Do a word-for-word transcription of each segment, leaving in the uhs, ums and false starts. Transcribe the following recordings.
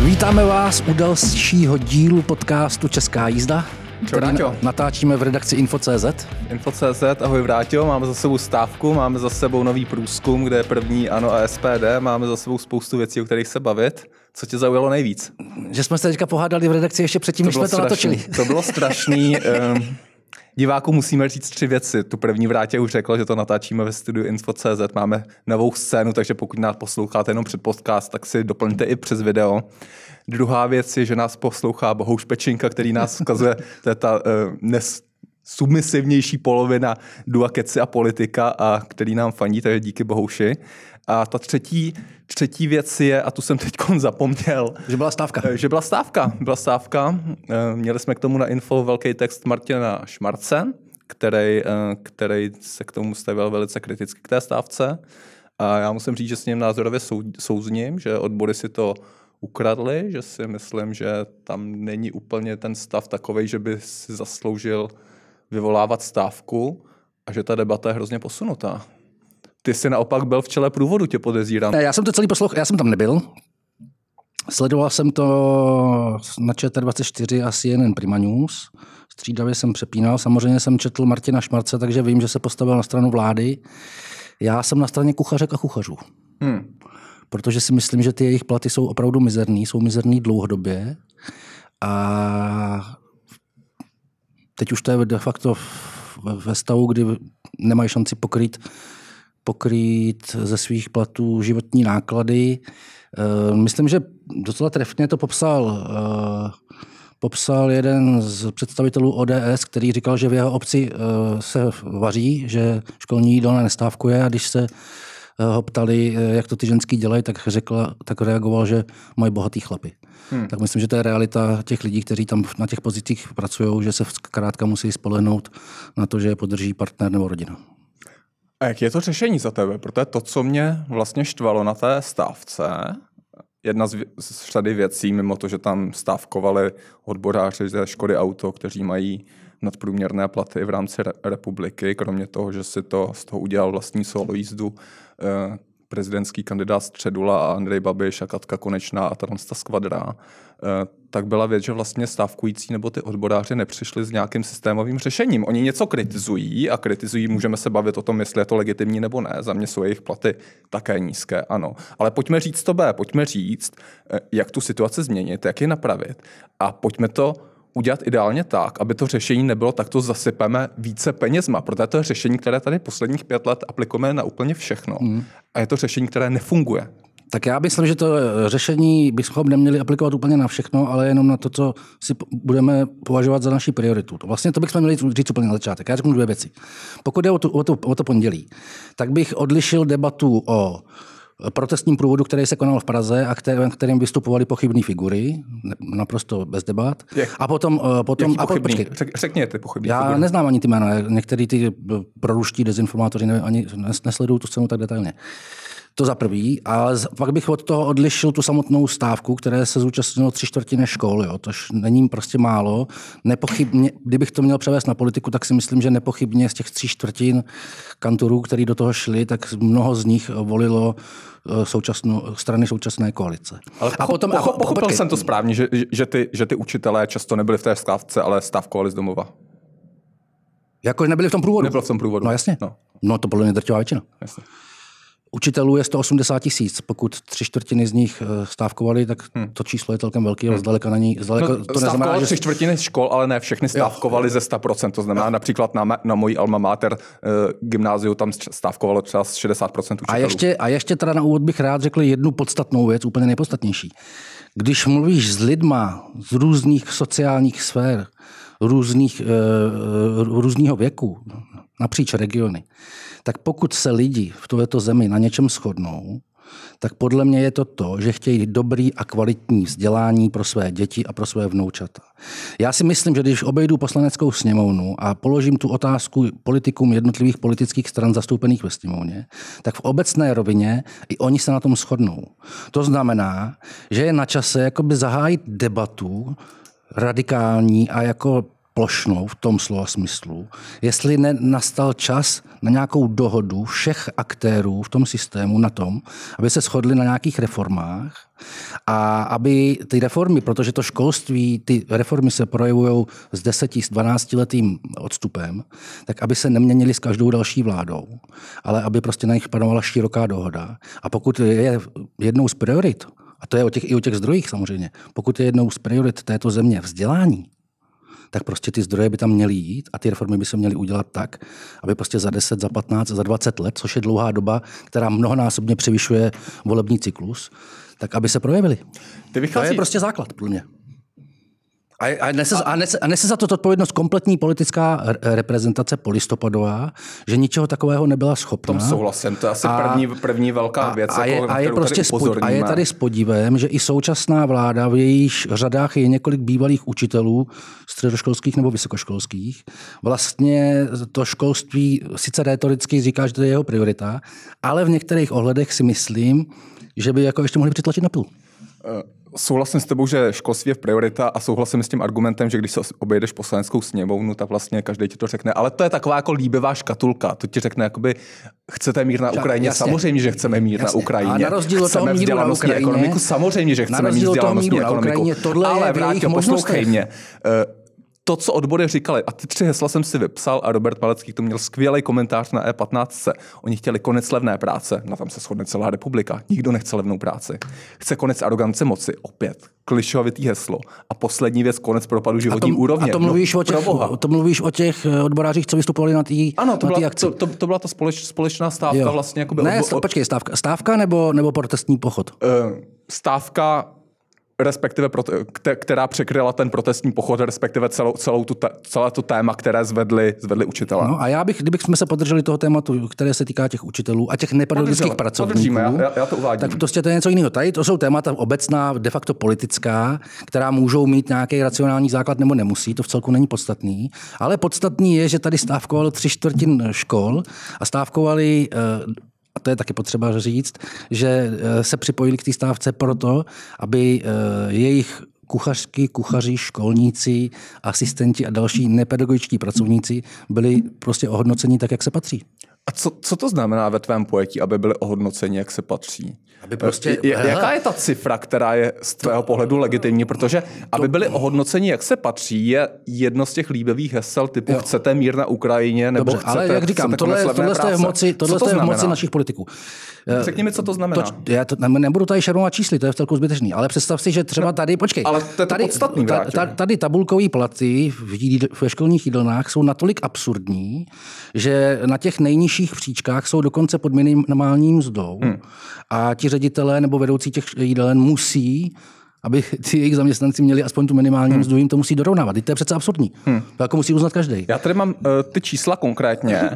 Vítáme vás u dalšího dílu podcastu Česká jízda, který natáčíme v redakci Info tečka cé zet. Info tečka cé zet, ahoj Vráťo, máme za sebou stávku, máme za sebou nový průzkum, kde je první ANO a es pé dé, máme za sebou spoustu věcí, o kterých se bavit. Co tě zaujalo nejvíc? Že jsme se teďka pohádali v redakci ještě předtím, než jsme to natočili. To bylo strašný. um, divákům musíme říct tři věci. Tu první Vrátě už řekla, že to natáčíme ve studiu Info tečka cé zet. Máme novou scénu, takže pokud nás posloucháte jenom před podcast, tak si doplňte i přes video. Druhá věc je, že nás poslouchá Bohuš Pečinka, který nás vzkazuje, to je ta uh, nes, submisivnější polovina Dua Keci a politika, a který nám fandí, takže díky Bohuši. A ta třetí, třetí věc je, a tu jsem teď zapomněl. Že byla stávka. Že byla stávka. Byla stávka. Měli jsme k tomu na info velký text Martina Šmarce, který, který se k tomu stavil velice kriticky k té stávce. A já musím říct, že s ním názorově sou, souzním, že odbory si to ukradli, že si myslím, že tam není úplně ten stav takovej, že by si zasloužil vyvolávat stávku a že ta debata je hrozně posunutá. Ty jsi naopak byl v čele průvodu, tě podezírám. Já jsem to celý poslouchal, já jsem tam nebyl. Sledoval jsem to na Č T dvacet čtyři a C N N Prima News. Střídavě jsem přepínal. Samozřejmě jsem četl Martina Šmarce, takže vím, že se postavil na stranu vlády. Já jsem na straně kuchařek a kuchařů. Hmm. Protože si myslím, že ty jejich platy jsou opravdu mizerný, jsou mizerný dlouhodobě. A teď už to je de facto ve stavu, kdy nemají šanci pokrýt pokrýt ze svých platů životní náklady. Myslím, že docela trefně to popsal, popsal jeden z představitelů O D S, který říkal, že v jeho obci se vaří, že školní jídelna nestávkuje, a když se ho ptali, jak to ty ženský dělají, tak, řekla, tak reagoval, že mají bohatý chlapy. Hmm. Tak myslím, že to je realita těch lidí, kteří tam na těch pozicích pracují, že se zkrátka musí spolehnout na to, že je podrží partner nebo rodina. A jak je to řešení za tebe? Protože to, co mě vlastně štvalo na té stávce, jedna z, vě- z řady věcí, mimo to, že tam stávkovali odboráři ze Škody Auto, kteří mají nadprůměrné platy v rámci re- republiky, kromě toho, že si to z toho udělal vlastní solo jízdu eh, prezidentský kandidát Středula a Andrej Babiš a Katka Konečná a ta skvadra, eh, tak byla věc, že vlastně stávkující nebo ty odboráři nepřišli s nějakým systémovým řešením. Oni něco kritizují a kritizují, můžeme se bavit o tom, jestli je to legitimní nebo ne. Za mě jsou jejich platy také nízké, ano. Ale pojďme říct to B, pojďme říct, jak tu situaci změnit, jak ji napravit. A pojďme to udělat ideálně tak, aby to řešení nebylo takto zasypeme více penězma, protože to je řešení, které tady posledních pět let aplikujeme na úplně všechno. Hmm. A je to řešení, které nefunguje. Tak já myslím, že to řešení bychom neměli aplikovat úplně na všechno, ale jenom na to, co si budeme považovat za naši prioritu. Vlastně to bychom měli říct úplně na začátek. Já řeknu dvě věci. Pokud jde o, tu, o, tu, o to pondělí, tak bych odlišil debatu o protestním průvodu, který se konal v Praze a kterým, kterým vystupovaly pochybné figury, naprosto bez debat. Jak, a potom... potom a po, počkej, řek, řekni ty pochybné já figury. Neznám ani ty jména. Některý ty proruští dezinformátoři ne, ani nesledují tu scénu tak detailně. To za prvý, ale pak bych od toho odlišil tu samotnou stávku, které se zúčastnilo tři čtvrtiny škol, jo, tož není prostě málo. Nepochybně, kdybych to měl převést na politiku, tak si myslím, že nepochybně z těch tří čtvrtin kantorů, který do toho šli, tak mnoho z nich volilo současnou, strany současné koalice. Ale a potom, pochop, a, pochopil počkej. jsem to správně, že, že, ty, že ty učitelé často nebyli v té stávce, ale stávkovali z domova. Jako nebyli v tom průvodu? Nebyl v tom průvodu. No jasně. No, no to podle mě drtivá většina. Jasně. Učitelů je sto osmdesát tisíc. Pokud tři čtvrtiny z nich stávkovali, tak hmm. to číslo je celkem velké, ale zdaleka na ní. Zdaleka, no, to stávkovali tři čtvrtiny škol, ale ne všechny stávkovali jo. ze sto procent. To znamená jo. například na, na mojí alma mater uh, gymnáziu tam stávkovalo třeba šedesát procent učitelů. A ještě, a ještě teda na úvod bych rád řekl jednu podstatnou věc, úplně nejpodstatnější. Když mluvíš s lidma z různých sociálních sfér, různých, uh, různého věku, napříč regiony, tak pokud se lidi v této zemi na něčem shodnou, tak podle mě je to to, že chtějí dobrý a kvalitní vzdělání pro své děti a pro své vnoučata. Já si myslím, že když obejdu poslaneckou sněmovnu a položím tu otázku politikům jednotlivých politických stran zastoupených ve sněmovně, tak v obecné rovině i oni se na tom shodnou. To znamená, že je na čase jakoby zahájit debatu radikální a jako plošnou v tom slova smyslu, jestli nenastal čas na nějakou dohodu všech aktérů v tom systému na tom, aby se shodli na nějakých reformách a aby ty reformy, protože to školství, ty reformy se projevují s deseti, s dvanáctiletým odstupem, tak aby se neměnily s každou další vládou, ale aby prostě na nich panovala široká dohoda. A pokud je jednou z priorit, a to je o těch, i o těch zdrojích samozřejmě, pokud je jednou z priorit této země vzdělání, tak prostě ty zdroje by tam měly jít a ty reformy by se měly udělat tak, aby prostě za deset, za patnáct, za dvacet let, což je dlouhá doba, která mnohonásobně převyšuje volební cyklus, tak aby se projevily. Ty vychází... To je prostě základ pro mě. A, a, nese, a, nese, a nese za to odpovědnost kompletní politická reprezentace polistopadová, že ničeho takového nebyla schopná. Tom souhlasím, to je asi a, první, první velká věc, a, jako, a, je prostě spod, a je tady s podívem, že i současná vláda, v jejíž řadách je několik bývalých učitelů středoškolských nebo vysokoškolských, vlastně to školství sice rétoricky říká, že to je jeho priorita, ale v některých ohledech si myslím, že by jako ještě mohli přitlačit na pilu. Uh. Souhlasím s tebou, že školství je priorita a souhlasím s tím argumentem, že když se obejdeš poslaneckou sněmovnu, tak vlastně každý ti to řekne. Ale to je taková jako líbivá škatulka. To ti řekne, jakoby, chcete mír na Ukrajině? Jasně. Samozřejmě, že chceme mír jasně. na Ukrajině. A na rozdíl od toho míru na Ukrajině, ekonomiku? Samozřejmě, že chceme mít vzdělanostní ekonomiku. Ale Vráťo, poslouchej mě. To, co odbory říkali, a ty tři hesla jsem si vypsal a Robert Palecký to měl skvělý komentář na E patnáct. Oni chtěli konec levné práce, na tom se shodne celá republika. Nikdo nechce levnou práci. Chce konec arogance moci, opět klišovitý heslo. A poslední věc, konec propadu životní to, úrovně. A to mluvíš, no, o těch, to mluvíš o těch odborářích, co vystupovali na té akci. Ano, to, byla, to, to, to byla ta společ, společná stávka jo. vlastně. Jakoby ne, odbo- počkej, stávka, stávka nebo, nebo protestní pochod? Uh, stávka respektive, která překryla ten protestní pochod, respektive celou, celou tu, celé to téma, které zvedli, zvedli učitelé. No a já bych, kdybychom se podrželi toho tématu, které se týká těch učitelů a těch nepedagogických pracovníků, já, já to uvádím. Tak prostě to je něco jiného. Tady to jsou témata obecná, de facto politická, která můžou mít nějaký racionální základ nebo nemusí, to v celku není podstatný, ale podstatný je, že tady stávkovalo tři čtvrtin škol a stávkovali a to je taky potřeba říct, že se připojili k té stávce proto, aby jejich kuchařky, kuchaři, školníci, asistenti a další nepedagogičtí pracovníci byli prostě ohodnoceni tak, jak se patří. A co, co to znamená ve tvém pojetí, aby byli ohodnoceni, jak se patří? Aby prostě, je, jaká je ta cifra, která je z tvého pohledu legitimní? Protože aby byli ohodnoceni, jak se patří, je jedno z těch líbivých hesel typu jo. chcete mír na Ukrajině, nebo dobře, chcete, ale jak říkám, tohle, tohle je v moci, tohle je v moci našich politiků. Řekni mi, co to znamená. To, já to, nebudu tady šermovat čísly, to je v celku zbytečný, ale představ si, že třeba tady, počkej, ale to je to tady, podstatný, tady, tady tabulkový platy ve školních jídelnách jsou natolik absurdní, že na těch nejnižších příčkách jsou dokonce pod minimální mzdou hmm. a ti ředitelé nebo vedoucí těch jídelen musí, aby ty jejich zaměstnanci měli aspoň tu minimální hmm. mzdu, jim to musí dorovnávat. To je přece absurdní. Hmm. To jako musí uznat každý. Já tady mám uh, ty čísla konkrétně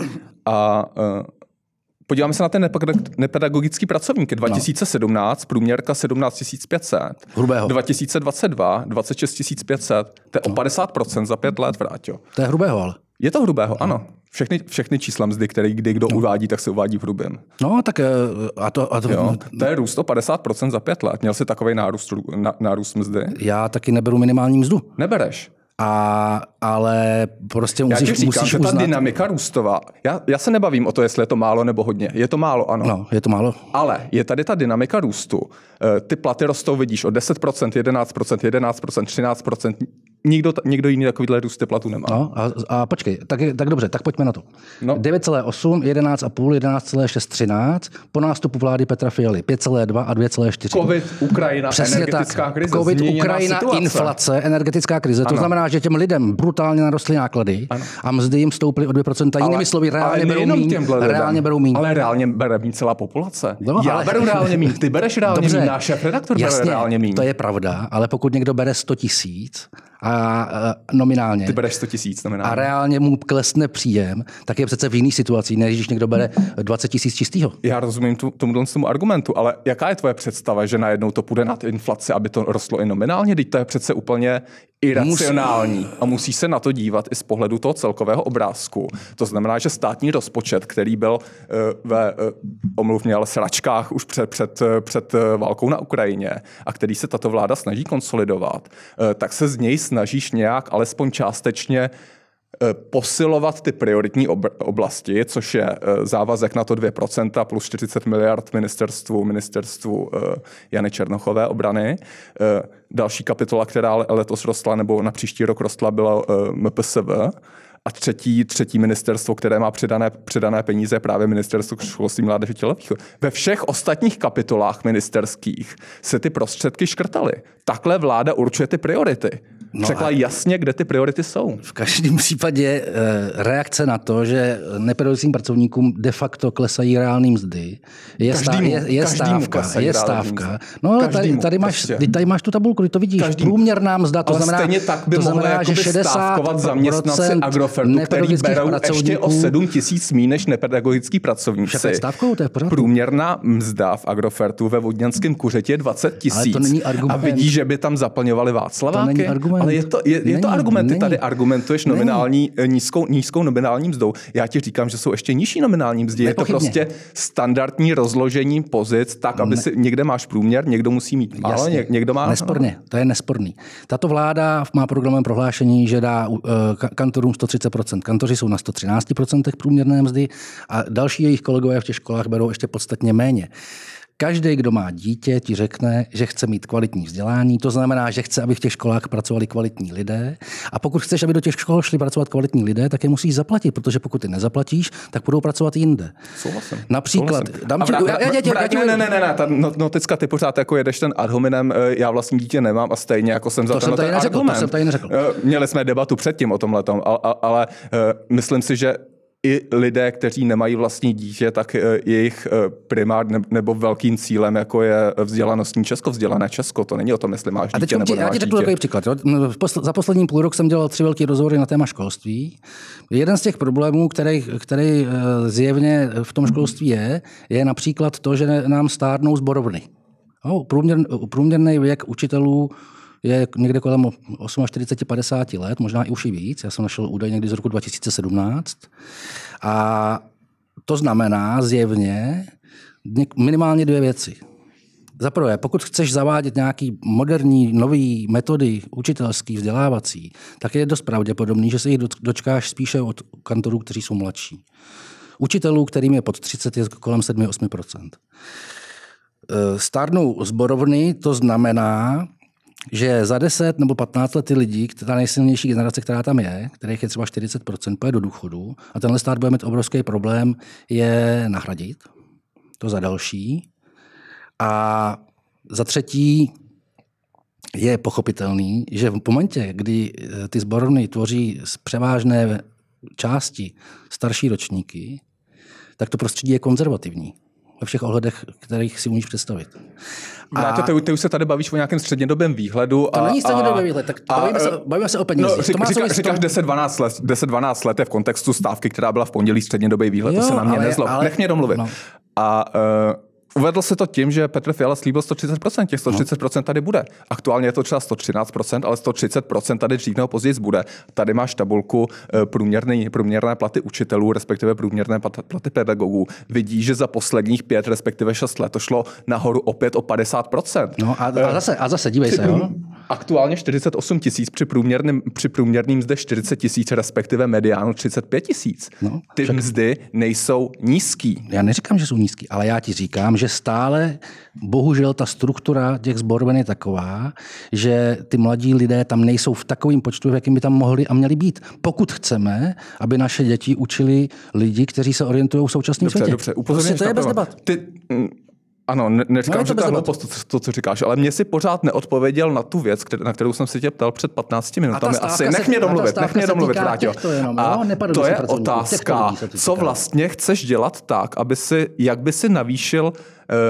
a uh, podíváme se na ten nepedagogický pracovník. dva tisíce sedmnáct, průměrka sedmnáct tisíc pět set. Hrubého. dva tisíce dvacet dva, dvacet šest tisíc pět set. To je o padesát procent za pět let, Vráťo. To je hrubého, ale. Je to hrubého, ano. Všechny, všechny čísla mzdy, které kdy kdo no. uvádí, tak se uvádí v hrubém. No, tak a to... A to, jo, to je růst o padesát procent za pět let. Měl jsi takovej nárůst, nárůst mzdy? Já taky neberu minimální mzdu. Nebereš? A, ale prostě musíš, já ti říkám, musíš že uznat... ta dynamika růstová, já, já se nebavím o to, jestli je to málo nebo hodně. Je to málo, ano. No, je to málo. Ale je tady ta dynamika růstu. Ty platy rostou, vidíš, o deset procent, jedenáct procent, jedenáct procent, třináct procent. Nikdo, nikdo jiný takovýhle růst platu nemá. No a, a počkej, tak, tak dobře, tak pojďme na to. No. devět celá osm, jedenáct celá pět, jedenáct celá šest, třináct, po nástupu vlády Petra Fialy pět celá dva a dvě celá čtyři. Covid, Ukrajina, přesně energetická tak. krize, Covid, Ukrajina, situace. Inflace, energetická krize. Ano. To znamená, že těm lidem brutálně narostly náklady ano. a mzdy jim stouply o dvě procenta. Jinými slovy, reálně berou míň. Reálně berou míň. Ale reálně bere míň celá populace. No, já ale... beru reálně míň, ty bereš reálně míň, náš šéfredaktor bere reálně míň. To je pravda, ale pokud někdo bere sto tisíc a nominálně. Ty bereš sto tisíc nominálně. A reálně mu klesne příjem, tak je přece v jiný situaci, než když někdo bere dvacet tisíc čistýho. Já rozumím tu, tomu, tomu argumentu, ale jaká je tvoje představa, že najednou to půjde nad inflaci, aby to rostlo i nominálně? Teď to je přece úplně iracionální a musí se na to dívat i z pohledu toho celkového obrázku. To znamená, že státní rozpočet, který byl uh, ve, uh, omluvně, ale sračkách už před, před, před válkou na Ukrajině a který se tato vláda snaží konsolidovat, uh, tak se z něj snažíš nějak alespoň částečně posilovat ty prioritní oblasti, což je závazek na to dvě procenta plus čtyřicet miliard ministerstvu, ministerstvu Jany Černochové obrany. Další kapitola, která letos rostla, nebo na příští rok rostla, byla M P S V. A třetí, třetí ministerstvo, které má přidané, přidané peníze, je právě ministerstvo školství, mládeže, tělovýchovy. Ve všech ostatních kapitolách ministerských se ty prostředky škrtaly. Takhle vláda určuje ty priority. No řekla jasně, kde ty priority jsou. V každém případě reakce na to, že nepedagogickým pracovníkům de facto klesají reální mzdy, je, každému, stá, je, je stávka. Je stávka. No ale tady, tady, máš, prostě. tady máš tu tabulku, ty to vidíš. Každému. Průměrná mzda, to ale znamená, stejně tak by mohly stávkovat zaměstnanci Agrofertu, který berou ještě o sedm tisíc míň než nepedagogický pracovníci. Stávkou, to je průměrná mzda v Agrofertu ve Vodňanském Kuřetě je dvacet tisíc. A vidí, že by tam zaplňovali Václaváky. Ale je to, je, je není, to argument. Ty tady argumentuješ nominální, nízkou, nízkou nominální mzdou. Já ti říkám, že jsou ještě nižší nominální mzdy. Je to prostě standardní rozložení pozic, tak, aby si někde máš průměr, někdo musí mít málo, ně, někdo má... Nesporně, to je nesporný. Tato vláda má programovém prohlášení, že dá uh, kantorům sto třicet procent. Kantoři jsou na sto třináct procent průměrné mzdy a další jejich kolegové v těch školách berou ještě podstatně méně. Každý, kdo má dítě, ti řekne, že chce mít kvalitní vzdělání, to znamená, že chce, aby v těch školách pracovali kvalitní lidé. A pokud chceš, aby do těch škol šli pracovat kvalitní lidé, tak je musíš zaplatit, protože pokud ty nezaplatíš, tak budou pracovat jinde. Souhlasím. Například... Dám ti, vrát, já, já, já, ne, ne, ne, ne, ta noticka, ty pořád jako jedeš ten ad hominem, já vlastní dítě nemám a stejně jako jsem za to ten argument. To jsem tady neřekl. Měli jsme debatu předtím o tomhletom, ale, ale myslím si, že i lidé, kteří nemají vlastní dítě, tak jejich primár nebo velkým cílem jako je vzdělanostní Česko, vzdělané Česko. To není o tom, jestli máš dítě nebo nemáš dítě. Já ti řeknu takový příklad. Jo? Za poslední půl rok jsem dělal tři velké rozhovory na téma školství. Jeden z těch problémů, který, který zjevně v tom školství je, je například to, že nám stárnou sborovny. No, průměr, průměrný věk učitelů je někde kolem čtyřicet osm padesát let, možná i už i víc. Já jsem našel údaj někdy z roku dva tisíce sedmnáct. A to znamená zjevně minimálně dvě věci. Za prvé, pokud chceš zavádět nějaký moderní, nový metody učitelský, vzdělávací, tak je dost pravděpodobný, že se jich dočkáš spíše od kantorů, kteří jsou mladší. Učitelů, kterým je pod třicet, je kolem sedm až osm procent. Stárnou sborovny, to znamená, že za deset nebo patnáct let ty lidi, ta nejsilnější generace, která tam je, kterých je třeba čtyřicet procent, pojede do důchodu a tenhle stát bude mít obrovský problém je nahradit. To za další. A za třetí je pochopitelný, že v momentě, kdy ty sborovny tvoří z převážné části starší ročníky, tak to prostředí je konzervativní. Ve všech ohledech, kterých si umíš představit. A ty, ty už se tady bavíš o nějakém střednědobém výhledu. To a, není střednědobý výhled, tak a, bavíme, se, bavíme se o penězích. No, řík, říká, říkáš deset dvanáct let, deset dvanáct let je v kontextu stávky, která byla v pondělí střednědobý výhled, jo, to se na mě nezlob. Nech mě domluvit. No. A uh, uvedl se to tím, že Petr Fiala slíbil sto třicet procent, těch sto třicet procent tady bude. Aktuálně je to třeba sto třináct procent, ale sto třicet procent tady dřív nebo později bude. Tady máš tabulku průměrné, průměrné platy učitelů, respektive průměrné platy pedagogů. Vidíš, že za posledních pět, respektive šest let to šlo nahoru opět o padesát procent. No a, a, zase, a zase, dívej se, jo? Aktuálně čtyřicet osm tisíc, při průměrném, při průměrným zde čtyřicet tisíc, respektive mediánu třicet pět tisíc. No, Ty však... mzdy nejsou nízký. Já neříkám, že jsou nízký, ale já ti říkám, že stále, bohužel, ta struktura těch sboroven je taková, že ty mladí lidé tam nejsou v takovém počtu, v jakým by tam mohli a měli být. Pokud chceme, aby naše děti učili lidi, kteří se orientují v současném dobře, světě. Dobře, upozorňuji. To je bez debat. Ty... Ano, neříkám, no, že to je hloupost, to, to, co říkáš, ale mě si pořád neodpověděl na tu věc, na kterou jsem se tě ptal před patnácti minutami. Asi nech mě domluvit, nech mě domluvit, Vráťo. A to je otázka, co vlastně chceš dělat tak, aby si, jak by si navýšil uh,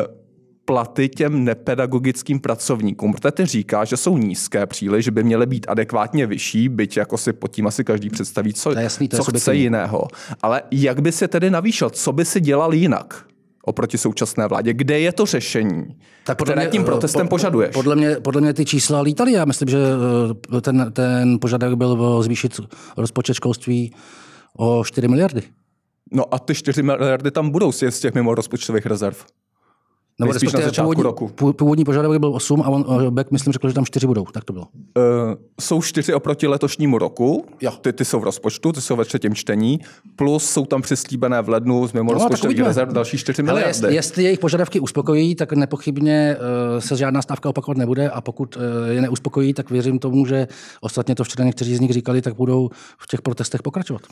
platy těm nepedagogickým pracovníkům. Protože ty říkáš, že jsou nízké příliš, že by měly být adekvátně vyšší, byť jako si pod tím asi každý představí, co, jasný, co chce jiného. Ale jak by si tedy navýšil? Co by si dělal jinak oproti současné vládě? Kde je to řešení, tak které tím protestem po, požaduješ? Podle mě, podle mě ty čísla lítaly. Já myslím, že ten, ten požadavek byl zvýšit rozpočet školství o čtyři miliardy. No a ty čtyři miliardy tam budou z těch mimo rozpočtových rezerv. Nebo spíš na začátku původní, roku. Původní požadavek byl osm a on, Beck myslím řekl, že tam čtyři budou. Tak to bylo. Uh, jsou čtyři oproti letošnímu roku. Jo. Ty, ty jsou v rozpočtu, ty jsou ve třetím čtení. Plus jsou tam přislíbené v lednu z mimo no, rozpočtových rezerv další čtyři miliardy. Jestli, jestli jejich požadavky uspokojí, tak nepochybně uh, se žádná stávka opakovat nebude a pokud uh, je neuspokojí, tak věřím tomu, že ostatně to včera někteří z nich říkali, tak budou v těch protestech pokračovat.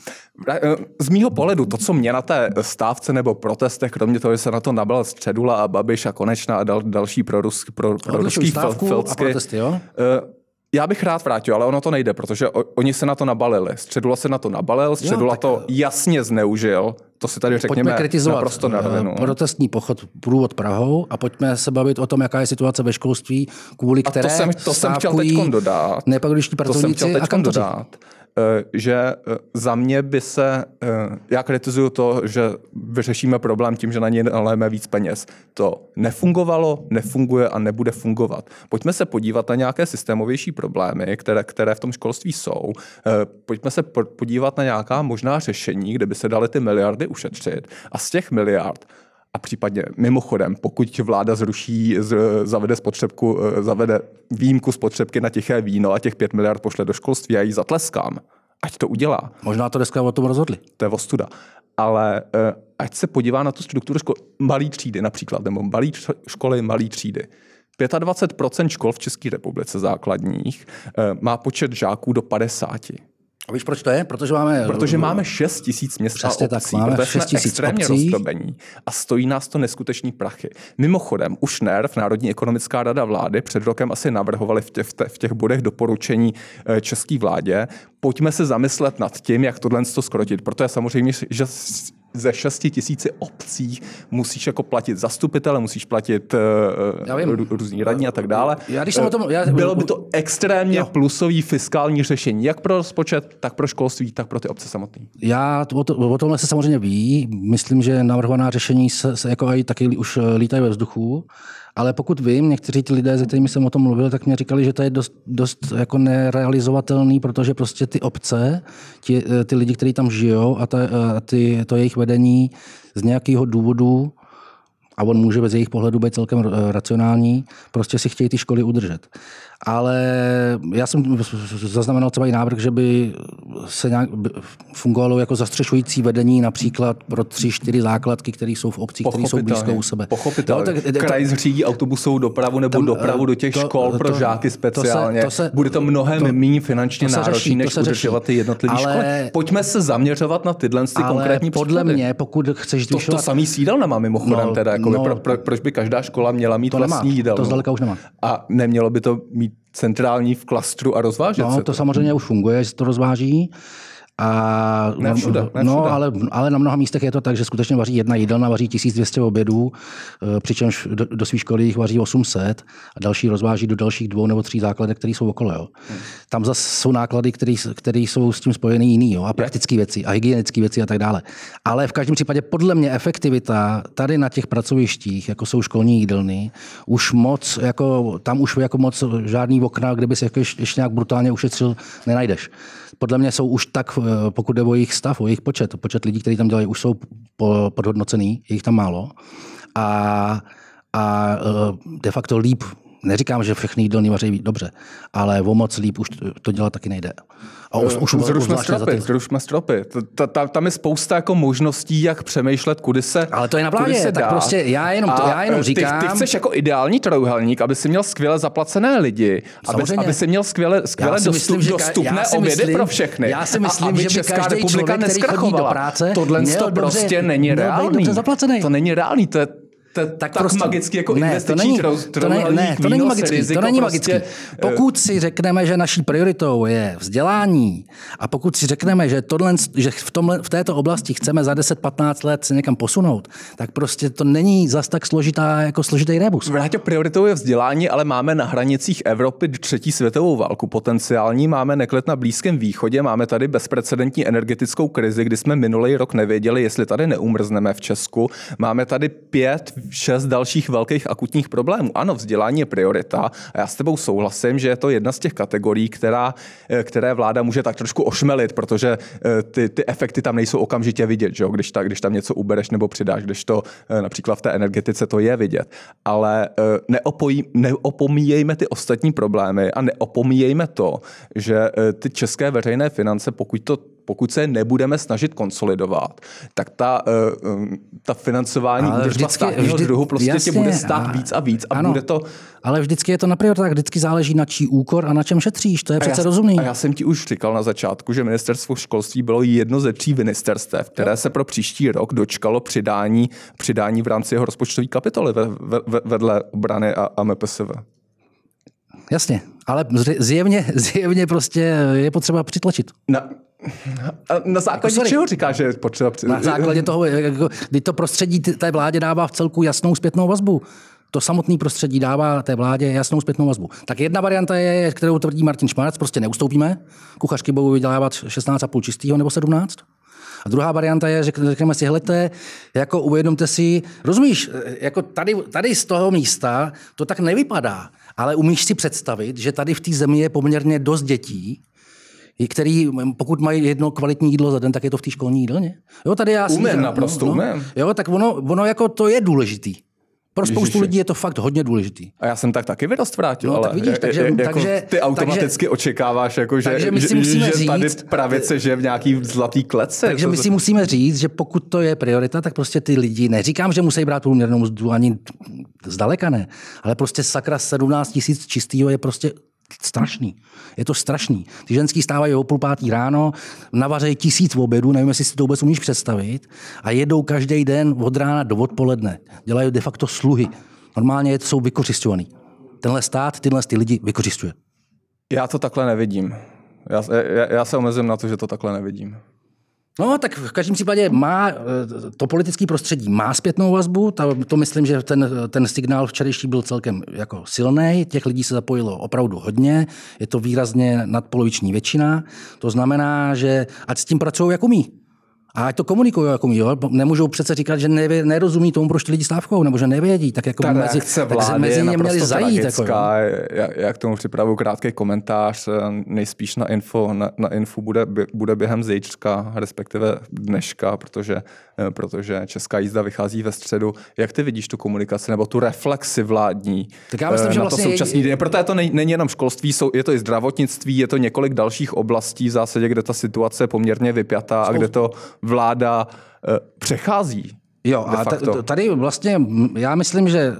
Z mýho pohledu, to, co mě na té stávce nebo protestech, kromě toho, že se na to nabal Středula a Babiš a Konečná a dal, další proruský pro, pro a protesty, jo? Já bych rád vrátil, ale ono to nejde, protože oni se na to nabalili. Středula se na to nabalil, Středula jo, to jasně zneužil. To si tady řekněme naprosto na rovinu. Protestní pochod průvod Prahou a pojďme se bavit o tom, jaká je situace ve školství, kvůli které a to jsem, to jsem chtěl teďkon dodat. Nepedagogičtí pracovníci a kantoři. Dodát, že za mě by se, já kritizuju to, že vyřešíme problém tím, že na něj naléme víc peněz. To nefungovalo, nefunguje a nebude fungovat. Pojďme se podívat na nějaké systémovější problémy, které, které v tom školství jsou. Pojďme se podívat na nějaká možná řešení, kde by se daly ty miliardy ušetřit. A z těch miliard a případně mimochodem, pokud vláda zruší, z, zavede spotřebku, zavede výjimku spotřebky na tiché víno a těch pět miliard pošle do školství, já jí zatleskám. Ať to udělá. Možná to dneska o tom rozhodli. To je ostuda. Ale ať se podívá na tu strukturu škol, malý třídy například, nebo malý školy, malý třídy. dvacet pět procent škol v České republice základních má počet žáků do padesáti. A víš, proč to je? Protože máme... Protože máme šest tisíc měst Přesně a obcí, tak, máme protože jsme extrémně obcí. rozdrobení a stojí nás to neskutečný prachy. Mimochodem, už N E R V, Národní ekonomická rada vlády, před rokem asi navrhovali v těch, v těch bodech doporučení české vládě, pojďme se zamyslet nad tím, jak tohle to skrotit, protože samozřejmě, že ze šesti tisíci obcí musíš jako platit zastupitele, musíš platit uh, různý radní a tak dále. Já, když jsem o tom, já, Bylo by to extrémně jo. plusový fiskální řešení, jak pro rozpočet, tak pro školství, tak pro ty obce samotné. Já o, to, o tomhle se samozřejmě ví. Myslím, že navrhovaná řešení se, se jako aj taky už lítají ve vzduchu. Ale pokud vím, někteří ty lidé, se kterými jsem o tom mluvil, tak mě říkali, že to je dost, dost jako nerealizovatelný, protože prostě ty obce, ty, ty lidi, kteří tam žijou a, ta, a ty, to jejich vedení z nějakého důvodu, a on může bez jejich pohledu být celkem racionální, prostě si chtějí ty školy udržet. Ale já jsem zaznamenal třeba i návrh, že by se nějak fungovalo jako zastřešující vedení například pro tři, čtyři základky, které jsou v obcích, které jsou blízko u sebe. Pochopitelně. No, tak, Kraj zřídí autobusovou dopravu nebo tam, dopravu do těch to, škol pro to, žáky speciálně. To se, to se, Bude to mnohem to, méně finančně náročné, než udržovat ty jednotlivé školy. Pojďme se zaměřovat na tyhle ty konkrétní podle příklady. mě, pokud chceš zvyšovat... To, to samý sídelna má mimochodem no, teda. Jako no, pro, pro, proč by každá škola měla mít vlastní jídelnu? To zdaleka už nemá. A nemělo by to mít centrální v klastru a rozvážet no, se to. to samozřejmě už funguje, že se to rozváží. A ne všude, ne všude. No, ale, ale na mnoha místech je to tak, že skutečně vaří jedna jídelna, vaří tisíc dvě stě obědů, přičemž do, do své školy jich vaří osm set a další rozváží do dalších dvou nebo tří základek, které jsou okolo. Jo. Hmm. Tam zase jsou náklady, které jsou s tím spojeny jiný, jo, a praktické věci a hygienické věci a tak dále. Ale v každém případě podle mě efektivita tady na těch pracovištích, jako jsou školní jídelny, už moc, jako, tam už jako moc žádný okna, kde by se jako ještě, ještě nějak brutálně ušetřil, nenajdeš. Podle mě jsou už tak, pokud jde o jejich stav, o jejich počet, počet lidí, kteří tam dělají, už jsou podhodnocený, je jich tam málo. A, a de facto líp, neříkám, že všechny jídelny vaří dobře, ale o moc líp už to dělat taky nejde. A už, už zrušme stropy, zrušme stropy. Tam je spousta jako možností, jak přemýšlet, kudy se Ale to je na vládě, tak prostě já jenom, to, já jenom říkám... Ty, ty chceš jako ideální trojuhelník, aby si měl skvěle zaplacené lidi, aby, aby si měl skvěle, skvěle dostup, myslím, dostupné obědy myslím, pro všechny. Já si myslím, a aby že by Česká republika člověk, neskrachovala. Do práce, Tohle to prostě není reálný. To není reálný, to je To, tak, tak prostě, magicky jako ne, investiční trojuhelník, to, ne, ne, to není magický. To není magický. Prostě, pokud si řekneme, že naší prioritou je vzdělání a pokud si řekneme, že, tohle, že v, tomhle, v této oblasti chceme za deset patnáct let se někam posunout, tak prostě to není zas tak složitá, jako složitý rebus. Vrátě prioritou je vzdělání, ale máme na hranicích Evropy třetí světovou válku potenciální, máme neklid na Blízkém východě, máme tady bezprecedentní energetickou krizi, kdy jsme minulý rok nevěděli, jestli tady neumrzneme v Česku. Máme tady pět šest dalších velkých akutních problémů. Ano, vzdělání je priorita a já s tebou souhlasím, že je to jedna z těch kategorií, která, které vláda může tak trošku ošmelit, protože ty, ty efekty tam nejsou okamžitě vidět, že jo? Když, ta, když tam něco ubereš nebo přidáš, když to například v té energetice to je vidět. Ale neopojí, neopomíjejme ty ostatní problémy a neopomíjejme to, že ty české veřejné finance, pokud to pokud se nebudeme snažit konsolidovat, tak ta, ta financování údržba státního vždy, druhu prostě jasně, tě bude stát a, víc a víc a ano, bude to... Ale vždycky je to na prioritách, vždycky záleží na čí úkor a na čem šetříš, to je přece já, rozumný. A já jsem ti už říkal na začátku, že ministerstvo školství bylo jedno ze tří ministerstev, které se pro příští rok dočkalo přidání, přidání v rámci jeho rozpočtové kapitoly ve, ve, vedle obrany a, a M P S V. Jasně, ale zjevně, zjevně prostě je potřeba přitlačit. Na, na základě jako čeho říkáš, že je potřeba přitlačit? Na základě toho, kdy to prostředí té vládě dává v celku jasnou zpětnou vazbu. To samotné prostředí dává té vládě jasnou zpětnou vazbu. Tak jedna varianta je, kterou tvrdí Martin Šmarc, prostě neustoupíme. Kuchařky budou vydělávat šestnáct a půl čistýho nebo sedmnáct. A druhá varianta je, že řekneme si, helejte, jako uvědomte si, rozumíš, jako tady, tady z toho místa to tak nevypadá, ale umíš si představit, že tady v té zemi je poměrně dost dětí, který, pokud mají jedno kvalitní jídlo za den, tak je to v té školní jídelně. Jo, tady já si umím, naprosto no, umím. Jo, tak ono, ono jako to je důležitý. Pro spoustu Ježiši. lidí je to fakt hodně důležitý. A já jsem tak taky vyrost vrátil, no, ale tak vidíš, takže, jako takže, ty automaticky takže, očekáváš, jako, že, že, že, že tady říct, pravice žije v nějaký zlatý klece. Takže my si musíme říct, že pokud to je priorita, tak prostě ty lidi, neříkám, že musí brát průměrnou mzdu, ani zdaleka ne, ale prostě sakra sedmnáct tisíc čistýho je prostě strašný. Je to strašný. Ty ženský stávají o půl pátý ráno, navařejí tisíc obědů, nevím, jestli si to vůbec umíš představit, a jedou každý den od rána do odpoledne. Dělají de facto sluhy. Normálně jsou vykořisťovaný. Tenhle stát tyhle ty lidi vykořisťuje. Já to takhle nevidím. Já, já, já se omezím na to, že to takhle nevidím. No, tak v každém případě má to politické prostředí má zpětnou vazbu, to, to myslím, že ten, ten signál včerejší byl celkem jako silný, těch lidí se zapojilo opravdu hodně, je to výrazně nadpoloviční většina, to znamená, že ať s tím pracují jako my. A ať to komunikují jako my, jo? Nemůžou přece říkat, že nevě, nerozumí tomu, proč ty lidi stávkou, nebo že nevědí, tak jako ta mezi, tak mezi ně měli zajít. Jako, já, já k tomu připravuju krátký komentář, nejspíš na info, na, na info bude, bude během zítřka, respektive dneška, protože, protože Česká jízda vychází ve středu. Jak ty vidíš tu komunikaci, nebo tu reflexi vládní tak já myslím, na že to vlastně současný den? Proto to není, není jenom školství, jsou, je to i zdravotnictví, je to několik dalších oblastí v zásadě, kde ta situace je poměrně vypjatá a kde to vláda uh, přechází. Jo, a t- tady vlastně já myslím, že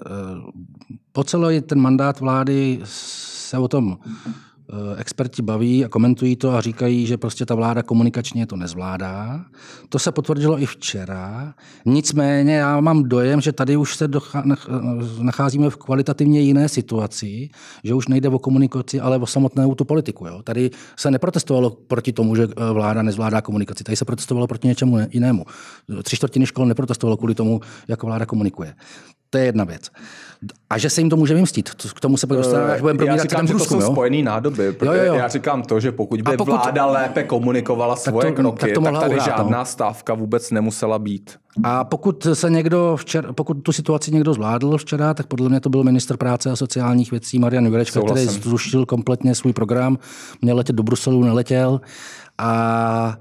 po celý ten mandát vlády se o tom experti baví a komentují to a říkají, že prostě ta vláda komunikačně to nezvládá. To se potvrdilo i včera. Nicméně já mám dojem, že tady už se docha- nacházíme v kvalitativně jiné situaci, že už nejde o komunikaci, ale o samotnou tu politiku. Jo? Tady se neprotestovalo proti tomu, že vláda nezvládá komunikaci. Tady se protestovalo proti něčemu jinému. Tři čtvrtiny škol neprotestovalo kvůli tomu, jak vláda komunikuje. To je jedna věc. A že se jim to může vymstít. K tomu se pak dostaneme, až budeme probírat. Já říkám, ten průzkum, že to jsou jo? spojený nádoby. Jo, jo, jo. Já říkám to, že pokud by pokud, vláda lépe komunikovala svoje to, kroky, tak, to tak tady uhrát, žádná no. stávka vůbec nemusela být. A pokud se někdo včera, pokud tu situaci někdo zvládl včera, tak podle mě to byl ministr práce a sociálních věcí Marian Jurečka, který zrušil kompletně svůj program. Měl letět do Bruselu, neletěl. A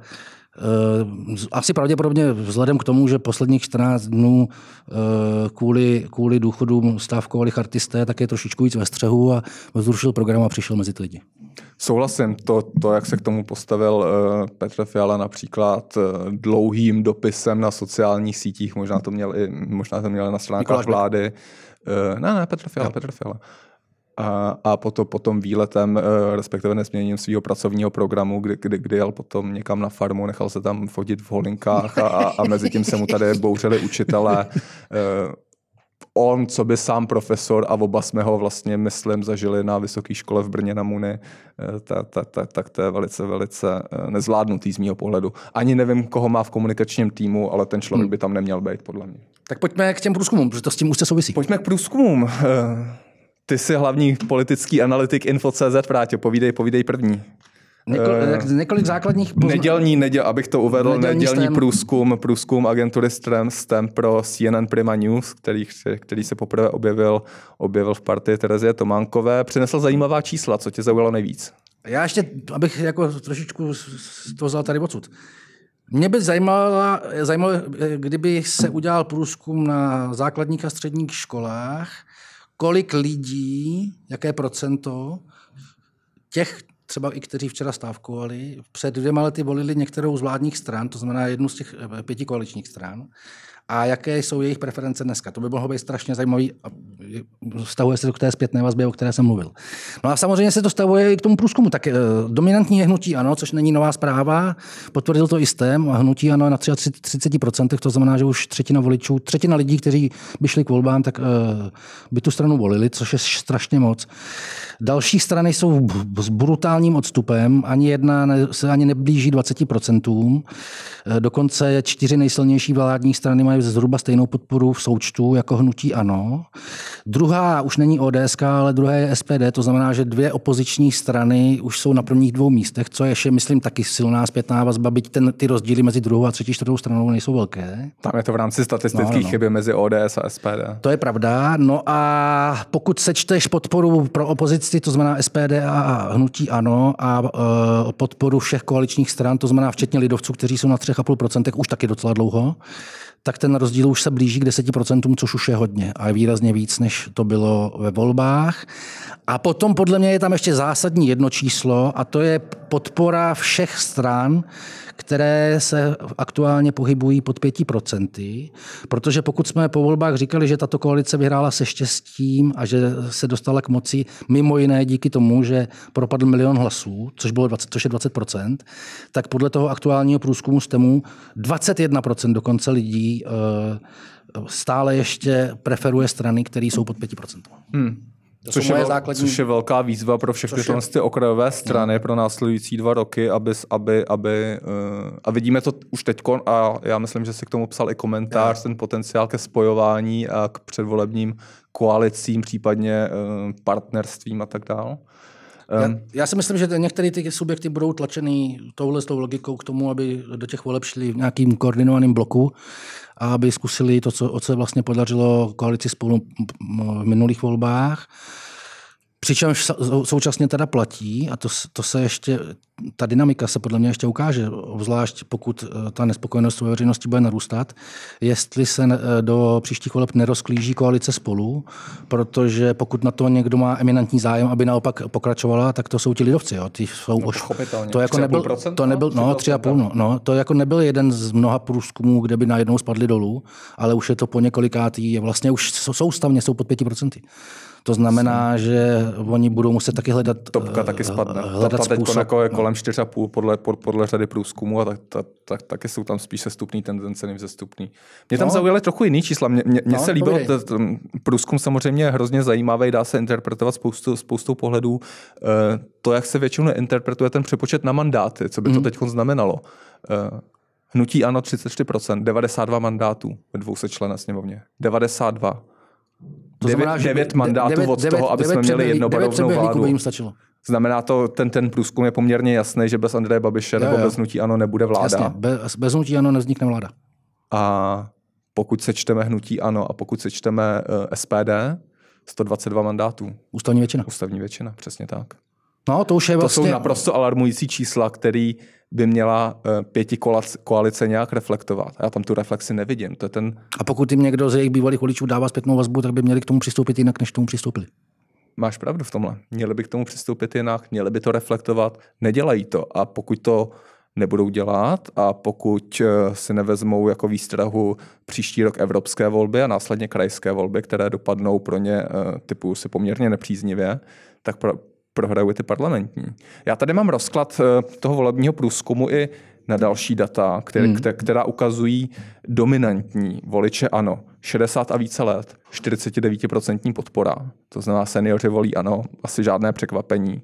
asi pravděpodobně vzhledem k tomu, že posledních čtrnáct dnů kvůli, kvůli důchodům stávkovali chartisté, tak je trošičku víc ve střehu a zrušil program a přišel mezi ty lidi. Souhlasím. To, to, jak se k tomu postavil Petr Fiala například dlouhým dopisem na sociálních sítích, možná to měl i možná to měl na stránkách vlády. Ne, ne, Petr Fiala, Petr Fiala. A, a potom, potom výletem, respektive nesměněním svého pracovního programu, kdy, kdy, kdy jel potom někam na farmu, nechal se tam fotit v holinkách a, a, a mezi tím se mu tady bouřili učitelé. On, co by sám profesor, a oba jsme ho vlastně, myslím, zažili na vysoké škole v Brně na Muni, ta, ta, ta, tak to je velice, velice nezvládnutý z mýho pohledu. Ani nevím, koho má v komunikačním týmu, ale ten člověk by tam neměl být, podle mě. Tak pojďme k těm průzkumům, protože to s tím úzce souvisí. Pojďme k průzkumům. Ty jsi hlavní politický analytik info tečka cé zet, Práťo, povídej, povídej první. Několik, uh, několik základních... Pozna... Nedělní, neděl, abych to uvedl, nedělní, nedělní průzkum, průzkum agentury STEM pro C N N Prima News, který, který se poprvé objevil, objevil v partii Terezie Tománkové. Přinesl zajímavá čísla, co tě zaujalo nejvíc? Já ještě, abych jako trošičku to vzal tady odsud. Mě by zajímalo, zajímalo, kdyby se udělal průzkum na základních a středních školách, kolik lidí, jaké procento těch, třeba i kteří včera stávkovali, před dvěma lety volili některou z vládních stran, to znamená jednu z těch pěti koaličních stran, a jaké jsou jejich preference dneska. To by mohlo být strašně zajímavý a vztahuje se to k té zpětné vazbě, o které jsem mluvil. No a samozřejmě se to vztahuje i k tomu průzkumu. Tak eh, dominantní je hnutí ANO, což není nová zpráva, potvrdil to i STEM, a hnutí ANO na třicet procent, to znamená, že už třetina voličů, třetina lidí, kteří by šli k volbám, tak eh, by tu stranu volili, což je strašně moc. Další strany jsou s brutálním odstupem, ani jedna ne, se ani neblíží dvacet procent. Dokonce čtyři nejsilnější vládní strany mají zhruba stejnou podporu v součtu jako hnutí ANO. Druhá už není O D S, ale druhá je S P D, to znamená, že dvě opoziční strany už jsou na prvních dvou místech, co je ještě, myslím, taky silná zpětná vazba, byť ten, ty rozdíly mezi druhou a třetí, čtvrtou stranou nejsou velké. Tam je to v rámci statistických no, no. chyby mezi O D S a S P D. To je pravda. No a pokud sečteš podporu pro opozici, to znamená S P D a hnutí ANO, a uh, podporu všech koaličních stran, to znamená včetně lidovců, kteří jsou na tři a půl procenta už taky docela dlouho, tak ten rozdíl už se blíží k deseti procentům, což už je hodně a je výrazně víc, než to bylo ve volbách. A potom podle mě je tam ještě zásadní jedno číslo a to je podpora všech stran, které se aktuálně pohybují pod pěti procenty, protože pokud jsme po volbách říkali, že tato koalice vyhrála se štěstím a že se dostala k moci mimo jiné díky tomu, že propadl milion hlasů, což bylo dvacet, což je dvacet procent, tak podle toho aktuálního průzkumu STEMu dvacet jedna procent dokonce lidí stále ještě preferuje strany, které jsou pod pěti procenty. Hmm. Což je, základní... což je velká výzva pro všechny je... ty okrajové strany no. pro následující dva roky, aby, aby, aby uh, a vidíme to už teďko a já myslím, že si k tomu psal i komentář, no. ten potenciál ke spojování a k předvolebním koalicím, případně uh, partnerstvím a tak dále. Já, já si myslím, že některé ty subjekty budou tlačený touhle s tou logikou k tomu, aby do těch voleb šli v nějakým koordinovaným bloku a aby zkusili to, co, o co vlastně podařilo koalici Spolu v minulých volbách. Přičemž současně teda platí, a to, to se ještě, ta dynamika se podle mě ještě ukáže, obzvlášť pokud ta nespokojenost ve veřejnosti bude narůstat, jestli se do příštích voleb nerozklíží koalice Spolu, protože pokud na to někdo má eminentní zájem, aby naopak pokračovala, tak to jsou ti lidovci. Jo. Ty jsou no, to jako nebyl, to nebyl, no, tři a půl, no, no, to jako nebyl jeden z mnoha průzkumů, kde by najednou spadli dolů, ale už je to po několikátý, vlastně už soustavně jsou pod pěti procenty. To znamená, že oni budou muset taky hledat Topka taky spadne. Hledat ta teď jako je kolem čtyři a půl podle, podle řady průzkumu a tak, tak, tak, taky jsou tam spíš sestupný tendence než vzestupný. Mě tam no. zaujaly trochu jiný čísla. Mně, mě, mě no, se líbilo, průzkum samozřejmě je hrozně zajímavý, dá se interpretovat spoustu, spoustou pohledů. To, jak se většinou interpretuje ten přepočet na mandáty, co by to mm. teď znamenalo. Hnutí ANO třicet čtyři procent, devadesát dva mandátů ve dvousečlenné sněmovně. devadesát dva. To znamená, devět, devět mandátů devět, od toho, aby jsme měli jednobarevnou vládu. Jim stačilo. Znamená to, ten, ten průzkum je poměrně jasný, že bez Andreje Babiše jo, nebo jo. bez hnutí ANO nebude vláda. Jasně, bez, bez hnutí ANO nevznikne vláda. A pokud sečteme hnutí ANO a pokud sečteme uh, S P D, sto dvacet dva mandátů. Ústavní většina. Ústavní většina, přesně tak. No, to už je vlastně... To jsou naprosto alarmující čísla, který by měla uh, pěti koalice nějak reflektovat. Já tam tu reflexi nevidím. To je ten... A pokud jim někdo z jejich bývalých voličů dává zpětnou vazbu, tak by měli k tomu přistoupit jinak, než k tomu přistoupili. Máš pravdu v tomhle. Měli by k tomu přistoupit jinak, měli by to reflektovat. Nedělají to. A pokud to nebudou dělat a pokud uh, si nevezmou jako výstrahu příští rok evropské volby a následně krajské volby, které dopadnou pro ně uh, typu si poměrně nepříznivě, tak pro prohrajou ty parlamentní. Já tady mám rozklad toho volebního průzkumu i na další data, které, hmm. která ukazují dominantní voliče ANO. šedesát a více let, čtyřicet devět procent podpora. To znamená, seniori volí ANO, asi žádné překvapení.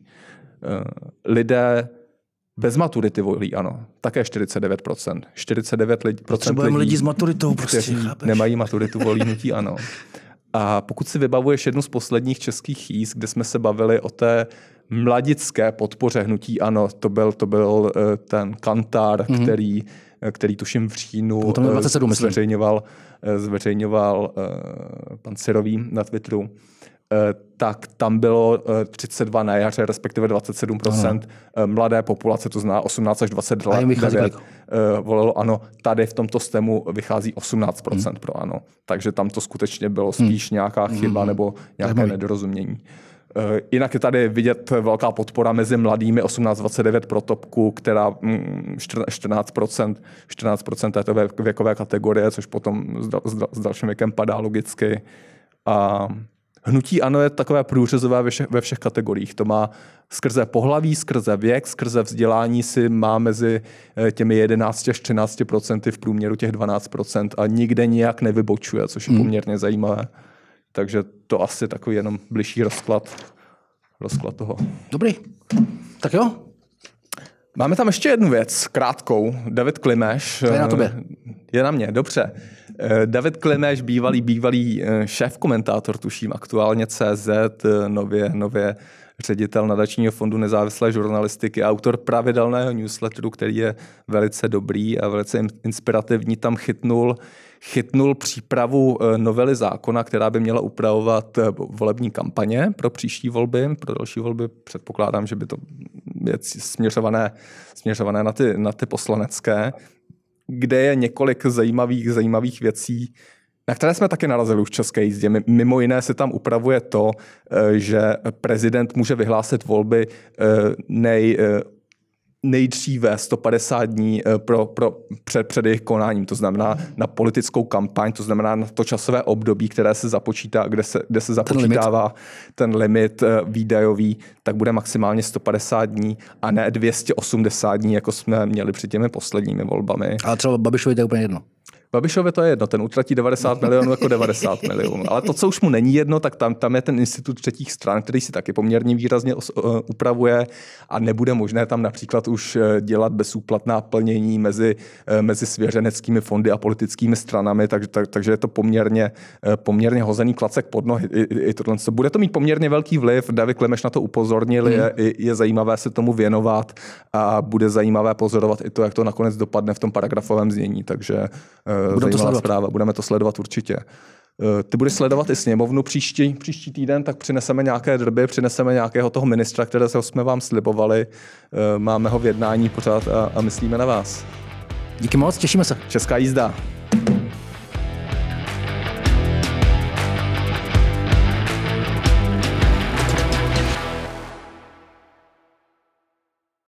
Lidé bez maturity volí ANO, také čtyřicet devět procent. čtyřicet devět procent Potřebujeme lidí s maturitou, prostě. Nemají maturitu, volí hnutí ANO. A pokud si vybavuješ jednu z posledních českých jízd, kde jsme se bavili o té mladické podpoře hnutí ANO. To byl, to byl ten Kantar, mm-hmm. který, který tuším v říjnu dvacet sedm, zveřejňoval, zveřejňoval uh, pan Syrový na Twitteru. Uh, tak tam bylo uh, třicet dva na jaře, respektive dvacet sedm procent uh, mladé populace, to znamená osmnáct až dvacet let, uh, volilo ANO. Tady v tomto stemu vychází osmnáct procent hmm. pro ANO. Takže tam to skutečně bylo spíš hmm. nějaká chyba hmm. nebo nějaké Zajímavý. nedorozumění. Uh, jinak je tady vidět velká podpora mezi mladými osmnáct dvacet devět pro topku, která mm, čtrnáct procent, čtrnáct procent této věkové kategorie, což potom s, dal, s dalším věkem padá logicky. A hnutí ANO je takové průřezové ve všech, ve všech kategoriích. To má skrze pohlaví, skrze věk, skrze vzdělání si má mezi těmi jedenáct až třináct procenty v průměru těch dvanáct procent a nikde nijak nevybočuje, což je hmm. poměrně zajímavé. Takže to asi takový jenom bližší rozklad, rozklad toho. Dobrý. Tak jo. Máme tam ještě jednu věc, krátkou. David Klimeš. To je na tobě. Je na mě, dobře. David Klimeš, bývalý, bývalý šéf-komentátor, tuším, aktuálně C Z, nově, nově ředitel nadačního fondu nezávislé žurnalistiky, autor pravidelného newsletteru, který je velice dobrý a velice inspirativní, tam chytnul, chytnul přípravu novely zákona, která by měla upravovat volební kampaně pro příští volby. Pro další volby předpokládám, že by to je směřované, směřované na ty, na ty poslanecké, kde je několik zajímavých, zajímavých věcí, na které jsme taky narazili už v české jízdě. Mimo jiné se tam upravuje to, že prezident může vyhlásit volby nej, nejdříve sto padesát dní pro, pro, před, před jejich konáním. To znamená na politickou kampaň, to znamená na to časové období, které se započítá, kde se, kde se započítává ten limit, ten limit výdajový, tak bude maximálně sto padesát dní a ne dvě stě osmdesát dní, jako jsme měli před těmi posledními volbami. Ale třeba Babišovi to je úplně jedno. Babišovi to je jedno, ten utratí devadesát milionů jako devadesát milionů. Ale to, co už mu není jedno, tak tam, tam je ten institut třetích stran, který si taky poměrně výrazně os, uh, upravuje a nebude možné tam například už dělat bezúplatná plnění mezi, uh, mezi svěřeneckými fondy a politickými stranami, tak, tak, takže je to poměrně, uh, poměrně hozený klacek pod nohy. I, i, i tohle. Bude to mít poměrně velký vliv, David Klimeš na to upozornil, mm. je, je zajímavé se tomu věnovat a bude zajímavé pozorovat i to, jak to nakonec dopadne v tom paragrafovém znění, takže uh, Budeme zajímavá to zpráva, budeme to sledovat určitě. Ty budeš sledovat i sněmovnu příští, příští týden, tak přineseme nějaké drby, přineseme nějakého toho ministra, kterého jsme vám slibovali. Máme ho v jednání pořád a, a myslíme na vás. Díky moc, těšíme se. Česká jízda.